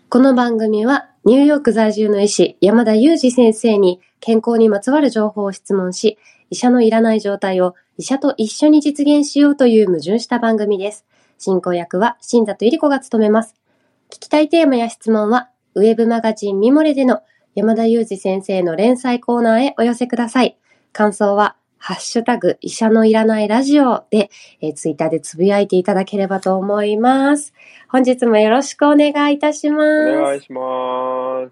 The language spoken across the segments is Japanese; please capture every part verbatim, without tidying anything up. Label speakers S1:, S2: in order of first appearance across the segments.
S1: この番組はニューヨーク在住の医師山田裕二先生に健康にまつわる情報を質問し、医者のいらない状態を医者と一緒に実現しようという矛盾した番組です。進行役は新里百合子が務めます。聞きたいテーマや質問はウェブマガジンミモレでの山田裕二先生の連載コーナーへお寄せください。感想はハッシュタグ医者のいらないラジオで、えー、ツイッターでつぶやいていただければと思います。本日もよろしくお願いいたします。
S2: お願いします。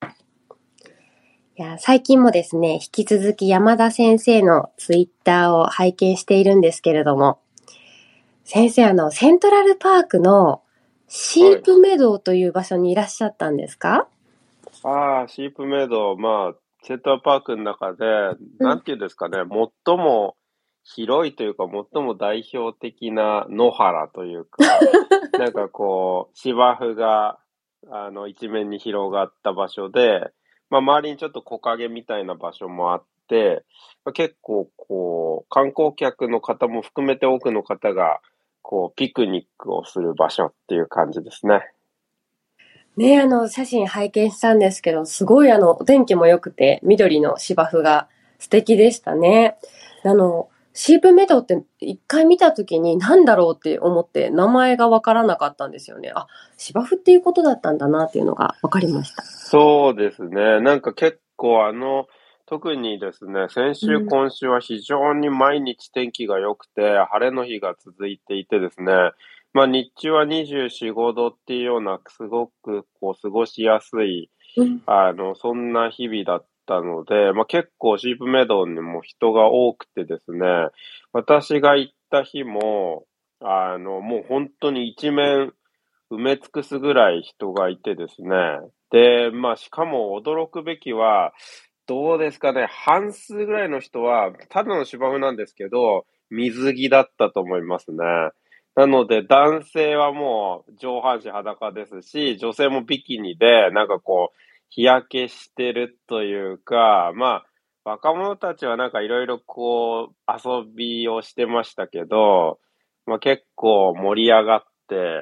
S1: いや、最近もですね、引き続き山田先生のツイッターを拝見しているんですけれども、先生、あの、セントラルパークのシープメドウという場所にいらっしゃったんですか？
S2: はい、ああ、シープメドウ、まあ、セントラルパークの中で、なんていうんですかね、最も広いというか、最も代表的な野原というか、なんかこう、芝生が、あの、一面に広がった場所で、まあ、周りにちょっと木陰みたいな場所もあって、まあ、結構こう、観光客の方も含めて多くの方が、こう、ピクニックをする場所っていう感じですね。
S1: ね、あの、写真拝見したんですけど、すごいあの、お天気も良くて、緑の芝生が素敵でしたね。あの、シープメドウって一回見たときに何だろうって思って名前がわからなかったんですよね。あ、芝生っていうことだったんだなっていうのがわかりました。
S2: そうですね。なんか結構あの、特にですね、先週、今週は非常に毎日天気が良くて、晴れの日が続いていてですね、まあ日中はにじゅうよん、ごどっていうような、すごくこう過ごしやすい、あの、そんな日々だったので、まあ結構シープメドウにも人が多くてですね、私が行った日も、あの、もう本当に一面埋め尽くすぐらい人がいてですね、で、まあしかも驚くべきは、どうですかね、半数ぐらいの人は、ただの芝生なんですけど、水着だったと思いますね。なので、男性はもう上半身裸ですし、女性もビキニで、なんかこう、日焼けしてるというか、まあ、若者たちはなんかいろいろこう、遊びをしてましたけど、まあ結構盛り上がって、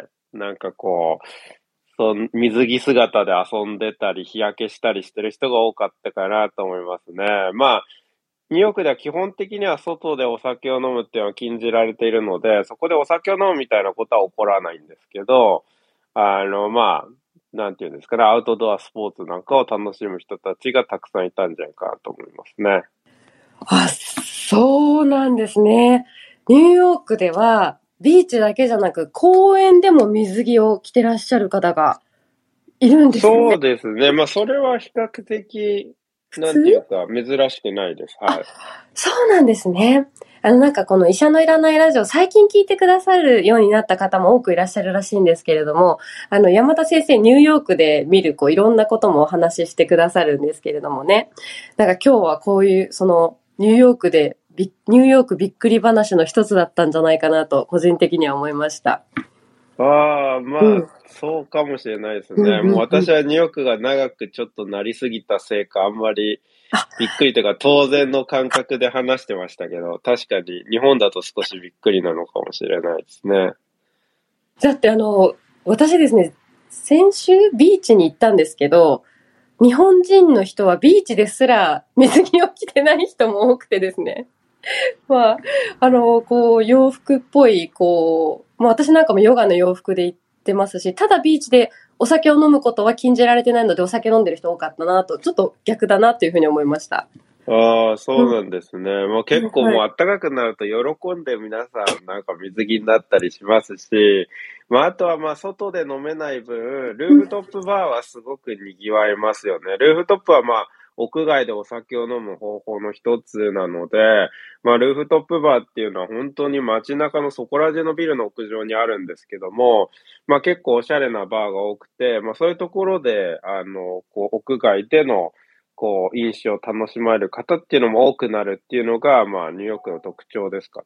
S2: なんかこう、そう、水着姿で遊んでたり、日焼けしたりしてる人が多かったかなと思いますね。まあ、ニューヨークでは基本的には外でお酒を飲むっていうのは禁じられているので、そこでお酒を飲むみたいなことは起こらないんですけど、あの、まあ、なんていうんですかね、アウトドアスポーツなんかを楽しむ人たちがたくさんいたんじゃないかなと思いますね。
S1: あ、そうなんですね。ニューヨークでは、ビーチだけじゃなく、公園でも水着を着てらっしゃる方がいるんですね。
S2: そうですね。まあ、それは比較的、なんていうか、珍しくないです。はい。
S1: そうなんですね。あの、なんかこの医者のいらないラジオ、最近聞いてくださるようになった方も多くいらっしゃるらしいんですけれども、あの、山田先生、ニューヨークで見る、こう、いろんなこともお話ししてくださるんですけれどもね。なんか今日はこういう、その、ニューヨークで、ニューヨークびっくり話の一つだったんじゃないかなと、個人的には思いました。
S2: ああ、まあ、
S1: うん、
S2: そうかもしれないですね。
S1: うんうんうん、
S2: もう私はニューヨークが長くちょっとなりすぎたせいか、あんまりびっくりというか当然の感覚で話してましたけど、確かに日本だと少しびっくりなのかもしれないですね。
S1: だってあの、私ですね、先週ビーチに行ったんですけど、日本人の人はビーチですら水着を着てない人も多くてですね。まあ、あの、こう、洋服っぽい、こう、まあ私なんかもヨガの洋服で行ってますし、ただビーチでお酒を飲むことは禁じられてないのでお酒飲んでる人多かったなと、ちょっと逆だなというふうに思いました。
S2: ああ、そうなんですね。もう結構
S1: はい、
S2: もう暖かくなると喜んで皆さんなんか水着になったりしますし、まああとはまあ外で飲めない分、ルーフトップバーはすごく賑わいますよね。ルーフトップはまあ屋外でお酒を飲む方法の一つなので、まあルーフトップバーっていうのは本当に街中のそこら中のビルの屋上にあるんですけども、まあ結構おしゃれなバーが多くて、まあそういうところで、あの、こう屋外でのこう、飲酒を楽しまれる方っていうのも多くなるっていうのが、まあ、ニューヨークの特徴ですかね。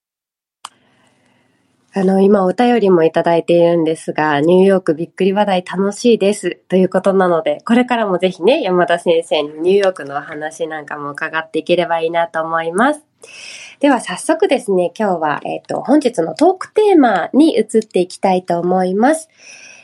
S1: あの、今お便りもいただいているんですが、ニューヨークびっくり話題楽しいですということなので、これからもぜひね、山田先生にニューヨークのお話なんかも伺っていければいいなと思います。では早速ですね、今日は、えっと、本日のトークテーマに移っていきたいと思います。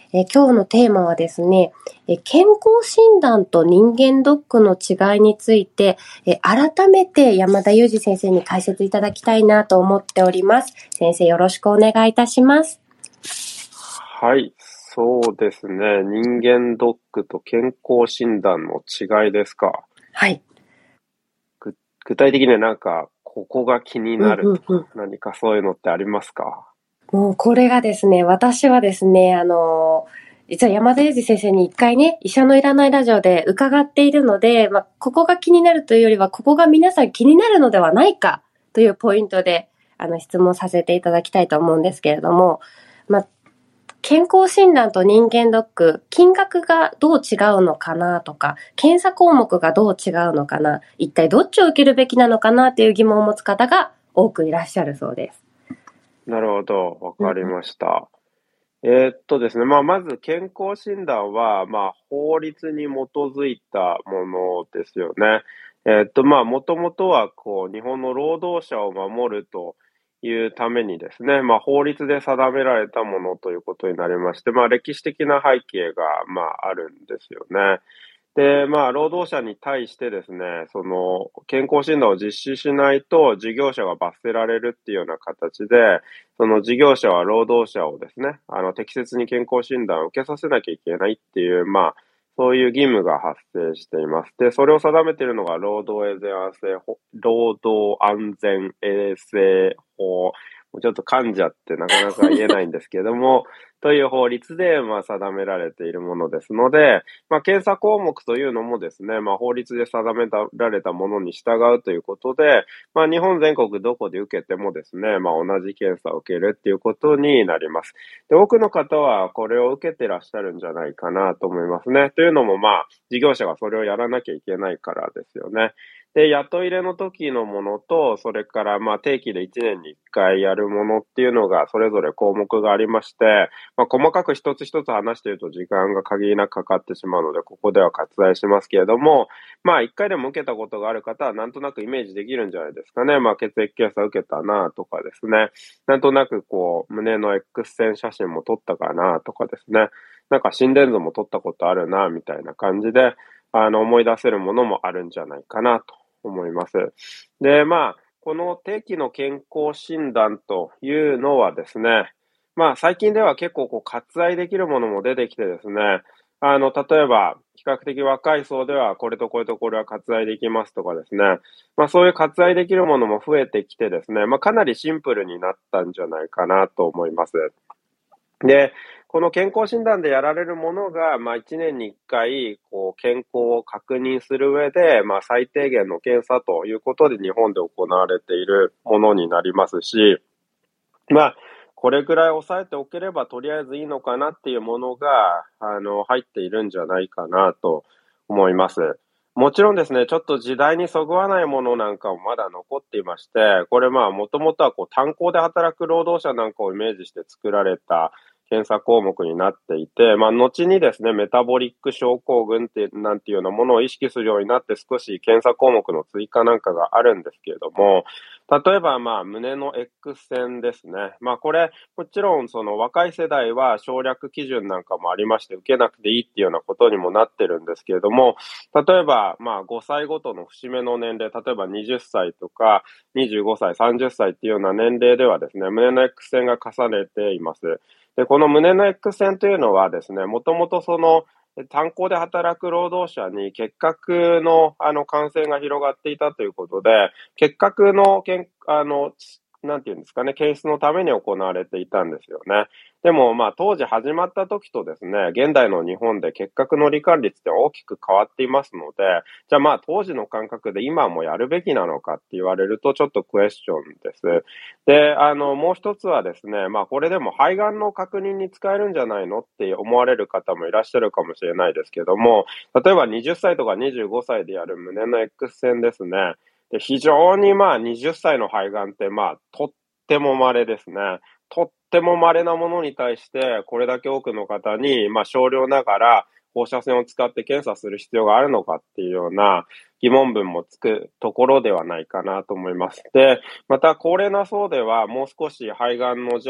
S1: え今日のテーマはですね、え健康診断と人間ドックの違いについて、え改めて山田裕二先生に解説いただきたいなと思っております。先生、よろしくお願いいたします。
S2: はい、そうですね。人間ドックと健康診断の違いですか。
S1: はい。
S2: ぐ具体的にはなんか、ここが気になるとか、
S1: うんうんうん、
S2: 何かそういうのってありますか？
S1: もうこれがですね、私はですね、あの、実は山田裕二先生に一回ね、医者のいらないラジオで伺っているので、まあ、ここが気になるというよりは、ここが皆さん気になるのではないかというポイントで、あの、質問させていただきたいと思うんですけれども、まあ、健康診断と人間ドック、金額がどう違うのかなとか、検査項目がどう違うのかな、一体どっちを受けるべきなのかなという疑問を持つ方が多くいらっしゃるそうです。
S2: なるほど、わかりました。えーっとですね、まあ、まず健康診断は、まあ、法律に基づいたものですよね。えーっと、まあ、もともとは、こう、日本の労働者を守るというためにですね、まあ、法律で定められたものということになりまして、まあ、歴史的な背景が、まあ、あるんですよね。で、まあ、労働者に対してですね、その、健康診断を実施しないと、事業者が罰せられるっていうような形で、その事業者は労働者をですね、あの、適切に健康診断を受けさせなきゃいけないっていう、まあ、そういう義務が発生しています。で、それを定めているのが、労働衛生法、労働安全衛生法、ちょっと噛んじゃってなかなか言えないんですけれども、という法律で、まあ、定められているものですので、まあ、検査項目というのもですね、まあ、法律で定められたものに従うということで、まあ、日本全国どこで受けてもですね、まあ、同じ検査を受けるっていうことになります。で、多くの方はこれを受けてらっしゃるんじゃないかなと思いますね。というのも、まあ、事業者がそれをやらなきゃいけないからですよね。で、雇い入れの時のものと、それからまあ定期でいちねんにいっかいやるものっていうのがそれぞれ項目がありまして、まあ、細かく一つ一つ話していると時間が限りなくかかってしまうので、ここでは割愛しますけれども、まあいっかいでも受けたことがある方はなんとなくイメージできるんじゃないですかね。まあ血液検査受けたなとかですね。なんとなくこう胸の X 線写真も撮ったかなとかですね。なんか心電図も撮ったことあるなみたいな感じで、あの思い出せるものもあるんじゃないかなと思います。で、まあ、この定期の健康診断というのはですね、まあ最近では結構こう割愛できるものも出てきてですね、あの、例えば比較的若い層ではこれとこれとこれは割愛できますとかですね、まあそういう割愛できるものも増えてきてですね、まあかなりシンプルになったんじゃないかなと思います。で、この健康診断でやられるものが、まあ、いちねんにいっかい、こう、健康を確認する上で、まあ、最低限の検査ということで日本で行われているものになりますし、まあ、これくらい抑えておければとりあえずいいのかなっていうものが、あの、入っているんじゃないかなと思います。もちろんですね、ちょっと時代にそぐわないものなんかもまだ残っていまして、これまあ、もともとはこう、炭鉱で働く労働者なんかをイメージして作られた検査項目になっていて、まあ、後にですね、メタボリック症候群ってなんていうようなものを意識するようになって少し検査項目の追加なんかがあるんですけれども、例えば、まあ、胸の X 線ですね。まあ、これ、もちろん、その若い世代は省略基準なんかもありまして、受けなくていいっていうようなことにもなってるんですけれども、例えば、まあ、ごさいごとの節目の年齢、例えばはたちとか、にじゅうごさい、さんじゅっさいっていうような年齢ではですね、胸の X 線が重ねています。で、この胸の X 線というのはですね、もともとその、炭鉱で働く労働者に結核のあの感染が広がっていたということで、結核のけんあのなんていうんですかね、検出のために行われていたんですよね。でも、まあ、当時始まった時とですね、現代の日本で結核の罹患率って大きく変わっていますので、じゃあまあ、当時の感覚で今もやるべきなのかって言われると、ちょっとクエスチョンです。で、あの、もう一つはですね、まあ、これでも肺がんの確認に使えるんじゃないのって思われる方もいらっしゃるかもしれないですけども、例えばはたちとかにじゅうごさいでやる胸の X 線ですね。で、非常にまあはたちの肺がんってまあとっても稀ですね。とっても稀なものに対してこれだけ多くの方にまあ少量ながら放射線を使って検査する必要があるのかっていうような疑問文もつくところではないかなと思います。で、また高齢な層ではもう少し肺がんのじゃあ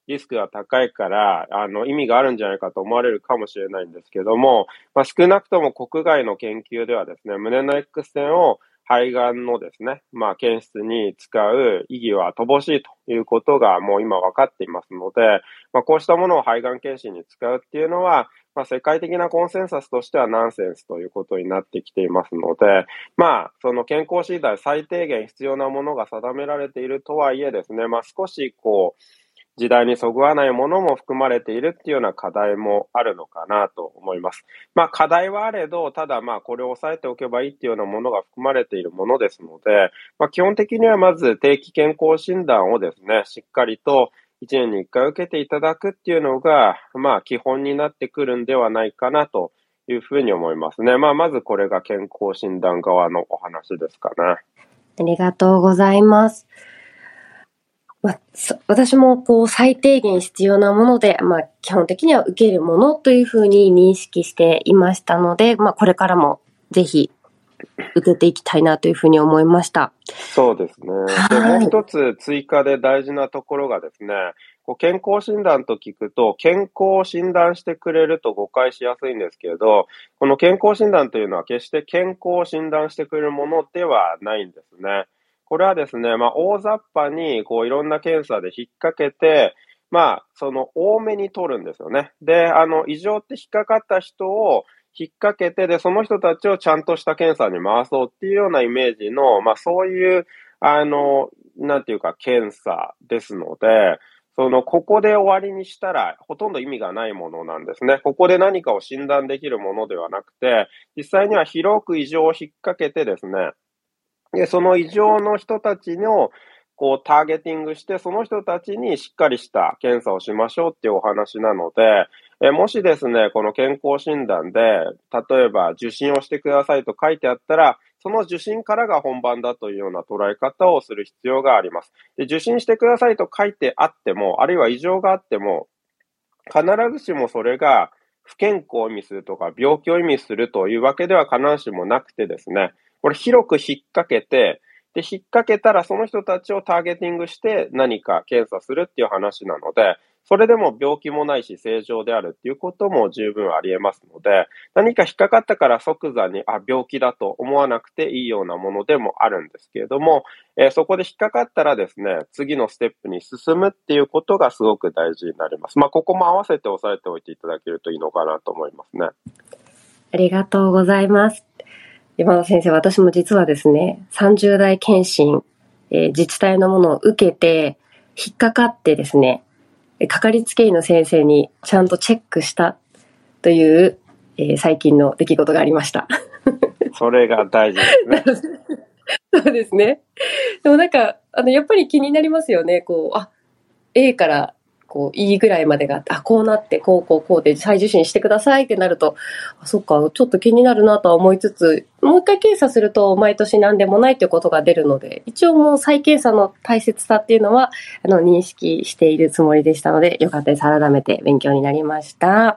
S2: リスクが高いから、あの、意味があるんじゃないかと思われるかもしれないんですけども、まあ、少なくとも国外の研究ではですね、胸の X 線を肺がんのですね、まあ、検出に使う意義は乏しいということがもう今分かっていますので、まあ、こうしたものを肺がん検診に使うっていうのは、まあ、世界的なコンセンサスとしてはナンセンスということになってきていますので、まあ、その健康診断最低限必要なものが定められているとはいえですね、まあ、少しこう、時代にそぐわないものも含まれているっていうような課題もあるのかなと思います。まあ課題はあれど、ただまあこれを押さえておけばいいっていうようなものが含まれているものですので、まあ基本的にはまず定期健康診断をですね、しっかりといちねんにいっかい受けていただくっていうのが、まあ基本になってくるんではないかなというふうに思いますね。まあまずこれが健康診断側のお話ですかね。
S1: ありがとうございます。まあ、私もこう最低限必要なもので、まあ、基本的には受けるものというふうに認識していましたので、まあ、これからもぜひ受けていきたいなというふうに思いました。
S2: そうですね。で、もう一つ追加で大事なところがですね、こう健康診断と聞くと、健康を診断してくれると誤解しやすいんですけれど、この健康診断というのは決して健康を診断してくれるものではないんですね。これはですね、まあ、大雑把に、こう、いろんな検査で引っ掛けて、まあ、その、多めに取るんですよね。で、あの、異常って引っかかった人を引っ掛けて、で、その人たちをちゃんとした検査に回そうっていうようなイメージの、まあ、そういう、あの、なんていうか、検査ですので、その、ここで終わりにしたら、ほとんど意味がないものなんですね。ここで何かを診断できるものではなくて、実際には広く異常を引っ掛けてですね、で、その異常の人たちの、こう、ターゲティングして、その人たちにしっかりした検査をしましょうっていうお話なので、えもしですね、この健康診断で、例えば受診をしてくださいと書いてあったら、その受診からが本番だというような捉え方をする必要があります。で、受診してくださいと書いてあっても、あるいは異常があっても、必ずしもそれが不健康を意味するとか病気を意味するというわけでは必ずしもなくてですね、これ広く引っ掛けて、で、引っ掛けたらその人たちをターゲティングして何か検査するっていう話なので、それでも病気もないし正常であるっていうことも十分あり得ますので、何か引っかかったから即座に、あ、病気だと思わなくていいようなものでもあるんですけれども、えー、そこで引っかかったらですね、次のステップに進むっていうことがすごく大事になります。まあ、ここも合わせて押さえておいていただけるといいのかなと思いますね。
S1: ありがとうございます。山田先生、私も実はですね、さんじゅう代検診、えー、自治体のものを受けて、引っかかってですね、かかりつけ医の先生にちゃんとチェックしたという、えー、最近の出来事がありました。
S2: それが大事ですね。
S1: そうですね。でもなんか、あの、やっぱり気になりますよね。こう、あ、A からこう E ぐらいまでがあって、あ、こうなって、こうこうこうで再受診してくださいってなると、あ、そっか、ちょっと気になるなとは思いつつ、もう一回検査すると毎年何でもないということが出るので、一応もう再検査の大切さっていうのは、あの、認識しているつもりでしたので、よかったです。改めて勉強になりました。はい。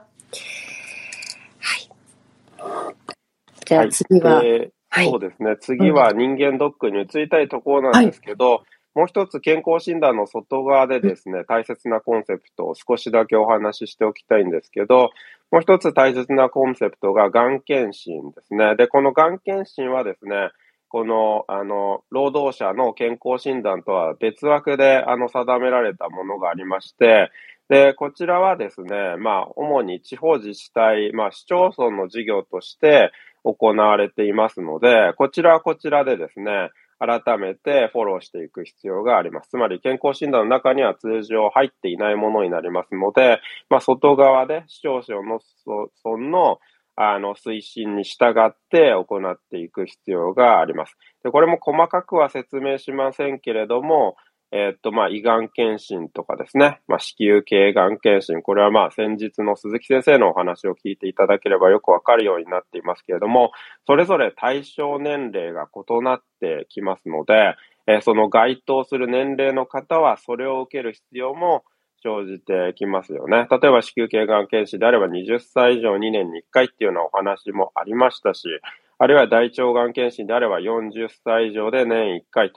S1: じゃあ次は、
S2: はいえー、そうですね。次は人間ドックに移りたいところなんですけど、はい、もう一つ健康診断の外側でですね、大切なコンセプトを少しだけお話ししておきたいんですけど、もう一つ大切なコンセプトががん検診ですね。で、このがん検診はですね、この、あの、労働者の健康診断とは別枠で、あの、定められたものがありまして、で、こちらはですね、まあ、主に地方自治体、まあ、市町村の事業として行われていますので、こちらはこちらでですね、改めてフォローしていく必要があります。つまり健康診断の中には通常入っていないものになりますので、まあ、外側で市町村の村のあの推進に従って行っていく必要があります。で、これも細かくは説明しませんけれども、えっと、まあ、胃がん検診とかですね、まあ、子宮頸がん検診、これはまあ、先日の鈴木先生のお話を聞いていただければよくわかるようになっていますけれども、それぞれ対象年齢が異なってきますので、えー、その該当する年齢の方はそれを受ける必要も生じてきますよね。例えば子宮頸がん検診であればにじゅっさい以上にねんにいっかいっていうようなお話もありましたし、あるいは大腸がん検診であればよんじゅっさい以上で年いっかいと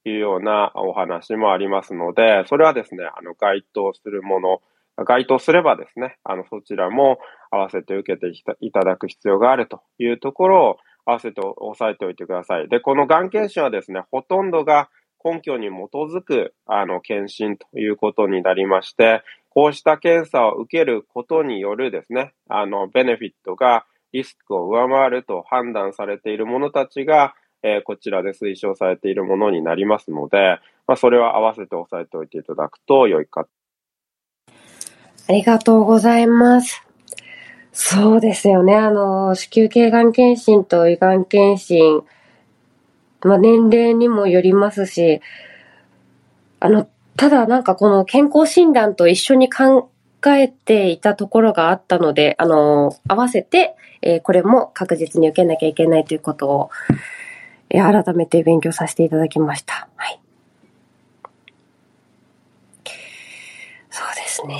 S2: いうようなお話もありますので、それはですね、あの、該当するもの、該当すればですね、あの、そちらも合わせて受けていただく必要があるというところを合わせて押さえておいてください。で、このがん検診はですね、ほとんどが根拠に基づく、あの、検診ということになりまして、こうした検査を受けることによるですね、あの、ベネフィットがリスクを上回ると判断されているものたちが、えー、こちらで推奨されているものになりますので、まあ、それは合わせて押さえておいていただくと良いか。
S1: ありがとうございます。そうですよね。あの、子宮頸がん検診と胃がん検診、まあ、年齢にもよりますし、あの、ただなんかこの健康診断と一緒に考えていたところがあったので、あの、合わせて、えー、これも確実に受けなきゃいけないということを、えー、改めて勉強させていただきました。はい。そうですね。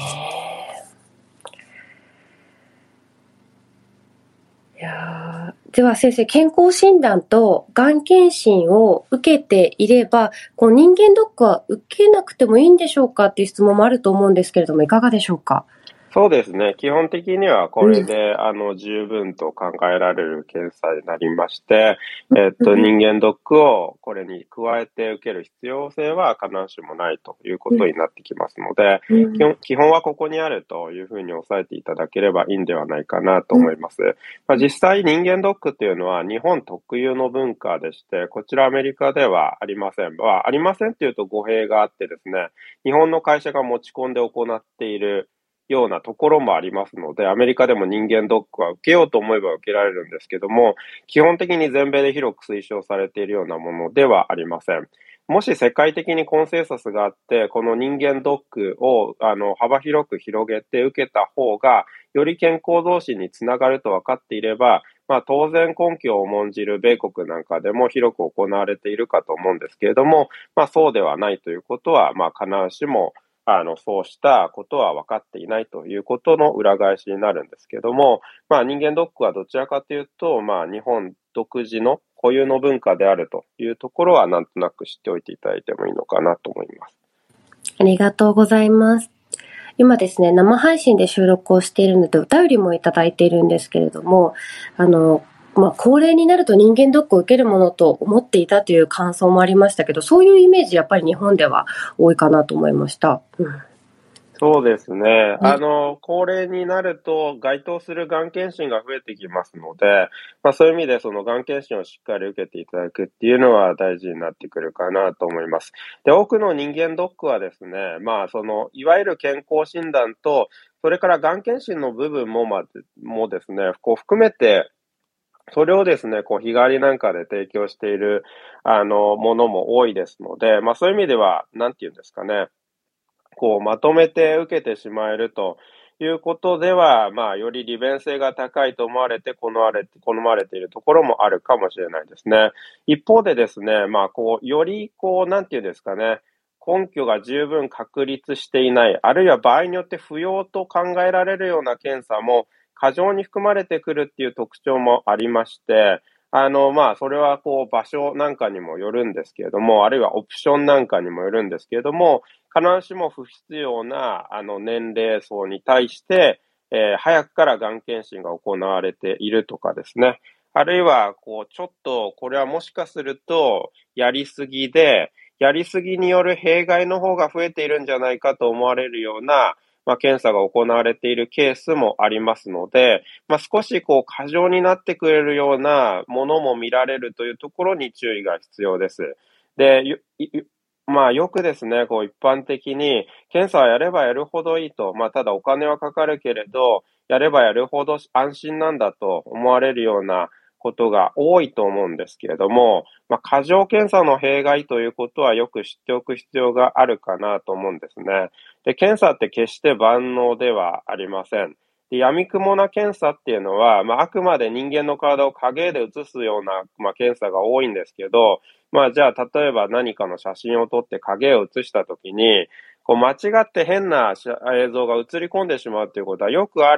S1: いやでは先生、健康診断とがん検診を受けていれば、こう人間ドックは受けなくてもいいんでしょうかっていう質問もあると思うんですけれども、いかがでしょうか？
S2: そうですね。基本的にはこれで、うん、あの、十分と考えられる検査になりまして、えっと、人間ドックをこれに加えて受ける必要性は必ずしもないということになってきますので、うん、基本、基本はここにあるというふうに押さえていただければいいんではないかなと思います。まあ、実際人間ドックっていうのは日本特有の文化でして、こちらアメリカではありません。まあ、ありませんっていうと語弊があってですね、日本の会社が持ち込んで行っているようなところもありますので、アメリカでも人間ドックは受けようと思えば受けられるんですけども、基本的に全米で広く推奨されているようなものではありません。もし世界的にコンセンサスがあって、この人間ドックをあの幅広く広げて受けた方が、より健康増進につながると分かっていれば、まあ当然根拠を重んじる米国なんかでも広く行われているかと思うんですけれども、まあそうではないということは、まあ必ずしもあの、そうしたことは分かっていないということの裏返しになるんですけども、まあ人間ドックはどちらかというと、まあ日本独自の固有の文化であるというところはなんとなく知っておいていただいてもいいのかなと思います。
S1: ありがとうございます。今ですね、生配信で収録をしているのでお便りもいただいているんですけれども、あの、まあ、高齢になると人間ドックを受けるものと思っていたという感想もありましたけど、そういうイメージやっぱり日本では多いかなと思いました。うん、
S2: そうですね。あの、高齢になると該当するがん検診が増えてきますので、まあそういう意味でそのがん検診をしっかり受けていただくっていうのは大事になってくるかなと思います。で、多くの人間ドックはですね、まあその、いわゆる健康診断と、それからがん検診の部分も、まあ、もですね、こう含めて、それをですね、こう、日帰りなんかで提供している、あの、ものも多いですので、まあそういう意味では、なんていうんですかね、こう、まとめて受けてしまえるということでは、まあ、より利便性が高いと思われて、好まれて、好まれているところもあるかもしれないですね。一方でですね、まあ、こう、より、こう、なんていうんですかね、根拠が十分確立していない、あるいは場合によって不要と考えられるような検査も過剰に含まれてくるっていう特徴もありまして、あの、まあ、それはこう、場所なんかにもよるんですけれども、あるいはオプションなんかにもよるんですけれども、必ずしも不必要な、あの、年齢層に対して、えー早くからがん検診が行われているとかですね。あるいは、こう、ちょっと、これはもしかすると、やりすぎで、やりすぎによる弊害の方が増えているんじゃないかと思われるような、まあ、検査が行われているケースもありますので、まあ、少しこう過剰になってくれるようなものも見られるというところに注意が必要です。で、ゆゆまあよくですね、こう一般的に検査はやればやるほどいいと、まあただお金はかかるけれど、やればやるほど安心なんだと思われるようなことが多いと思うんですけれども、まあ過剰検査の弊害ということはよく知っておく必要があるかなと思うんですね。で、検査って決して万能ではありません。で、闇雲な検査っていうのは、まあ、あくまで人間の体を影で写すような、まあ、検査が多いんですけど、まあ、じゃあ、例えば何かの写真を撮って影を写したときに、こう、間違って変な映像が映り込んでしまうっていうことはよくあるん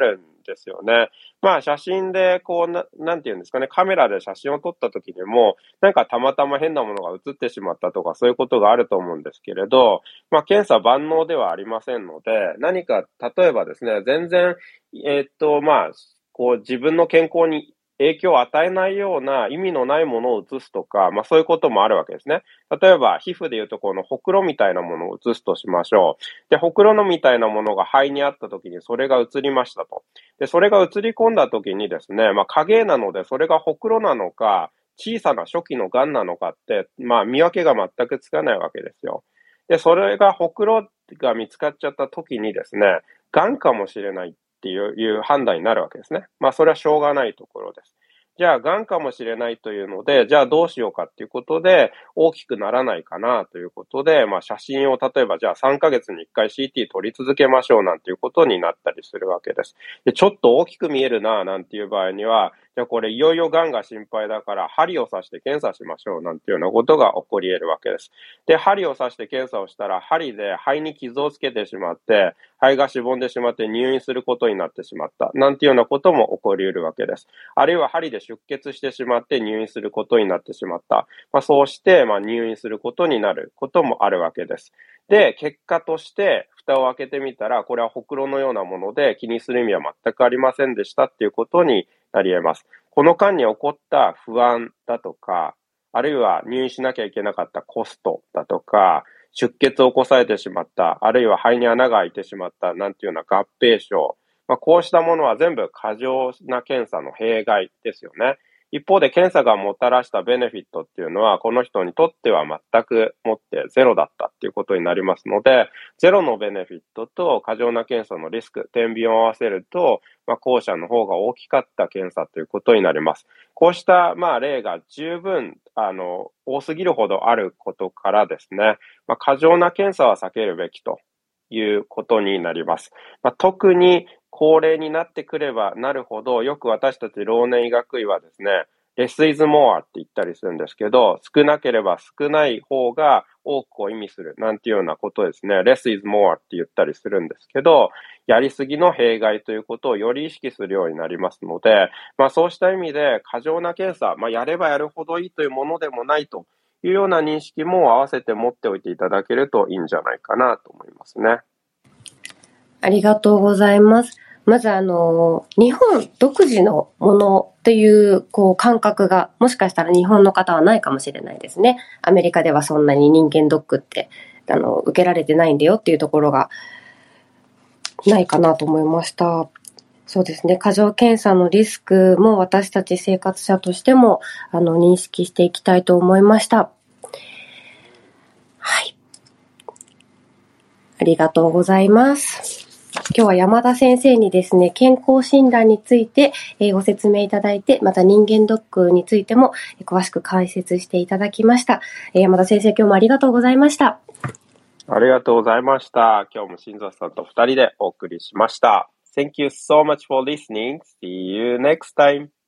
S2: ですよね。まあ写真でこうな、なんていうんですかね、カメラで写真を撮った時にも、なんかたまたま変なものが写ってしまったとかそういうことがあると思うんですけれど、まあ検査万能ではありませんので、何か例えばですね、全然、えーっと、まあ、こう自分の健康に影響を与えないような意味のないものを写すとか、まあそういうこともあるわけですね。例えば皮膚でいうとこのほくろみたいなものを写すとしましょう。で、ほくろのみたいなものが肺にあった時にそれが映りましたと。で、それが映り込んだ時にですね、まあ影なのでそれがほくろなのか、小さな初期の癌なのかって、まあ見分けが全くつかないわけですよ。で、それがほくろが見つかっちゃった時にですね、癌かもしれないっていういう判断になるわけですね。まあそれはしょうがないところです。じゃあ、癌かもしれないというので、じゃあどうしようかっていうことで、大きくならないかなということで、まあ写真を例えばじゃあさんかげつにいっかい シーティー 撮り続けましょうなんていうことになったりするわけです。で、ちょっと大きく見えるななんていう場合には、じゃあこれいよいよ癌が心配だから針を刺して検査しましょうなんていうようなことが起こり得るわけです。で、針を刺して検査をしたら、針で肺に傷をつけてしまって、肺がしぼんでしまって入院することになってしまった。なんていうようなことも起こり得るわけです。あるいは針で出血してしまって入院することになってしまった。まあ、そうして、まあ、入院することになることもあるわけです。で、結果として、蓋を開けてみたら、これはほくろのようなもので気にする意味は全くありませんでしたっていうことになり得ます。この間に起こった不安だとか、あるいは入院しなきゃいけなかったコストだとか、出血を起こされてしまった、あるいは肺に穴が開いてしまった、なんていうような合併症。まあ、こうしたものは全部過剰な検査の弊害ですよね。一方で検査がもたらしたベネフィットっていうのは、この人にとっては全くもってゼロだったっていうことになりますので、ゼロのベネフィットと過剰な検査のリスク、天秤を合わせると、まあ、後者の方が大きかった検査ということになります。こうした、まあ、例が十分、あの、多すぎるほどあることからですね、まあ、過剰な検査は避けるべきということになります。まあ、特に高齢になってくればなるほど、よく私たち老年医学医はですね、less is more って言ったりするんですけど、少なければ少ない方が多くを意味するなんていうようなことですね。less is more って言ったりするんですけど、やりすぎの弊害ということをより意識するようになりますので、まあそうした意味で過剰な検査、まあやればやるほどいいというものでもないというような認識も合わせて持っておいていただけるといいんじゃないかなと思いますね。
S1: ありがとうございます。まずあの、日本独自のものっていう、こう感覚がもしかしたら日本の方はないかもしれないですね。アメリカではそんなに人間ドックってあの受けられてないんだよっていうところがないかなと思いました。そうですね。過剰検査のリスクも私たち生活者としてもあの認識していきたいと思いました。はい。ありがとうございます。今日は山田先生にですね、健康診断についてご説明いただいて、また人間ドックについても詳しく解説していただきました。山田先生、今日もありがとうございました。
S2: ありがとうございました。今日も新座さんとふたりでお送りしました。Thank you so much for listening. See you next time.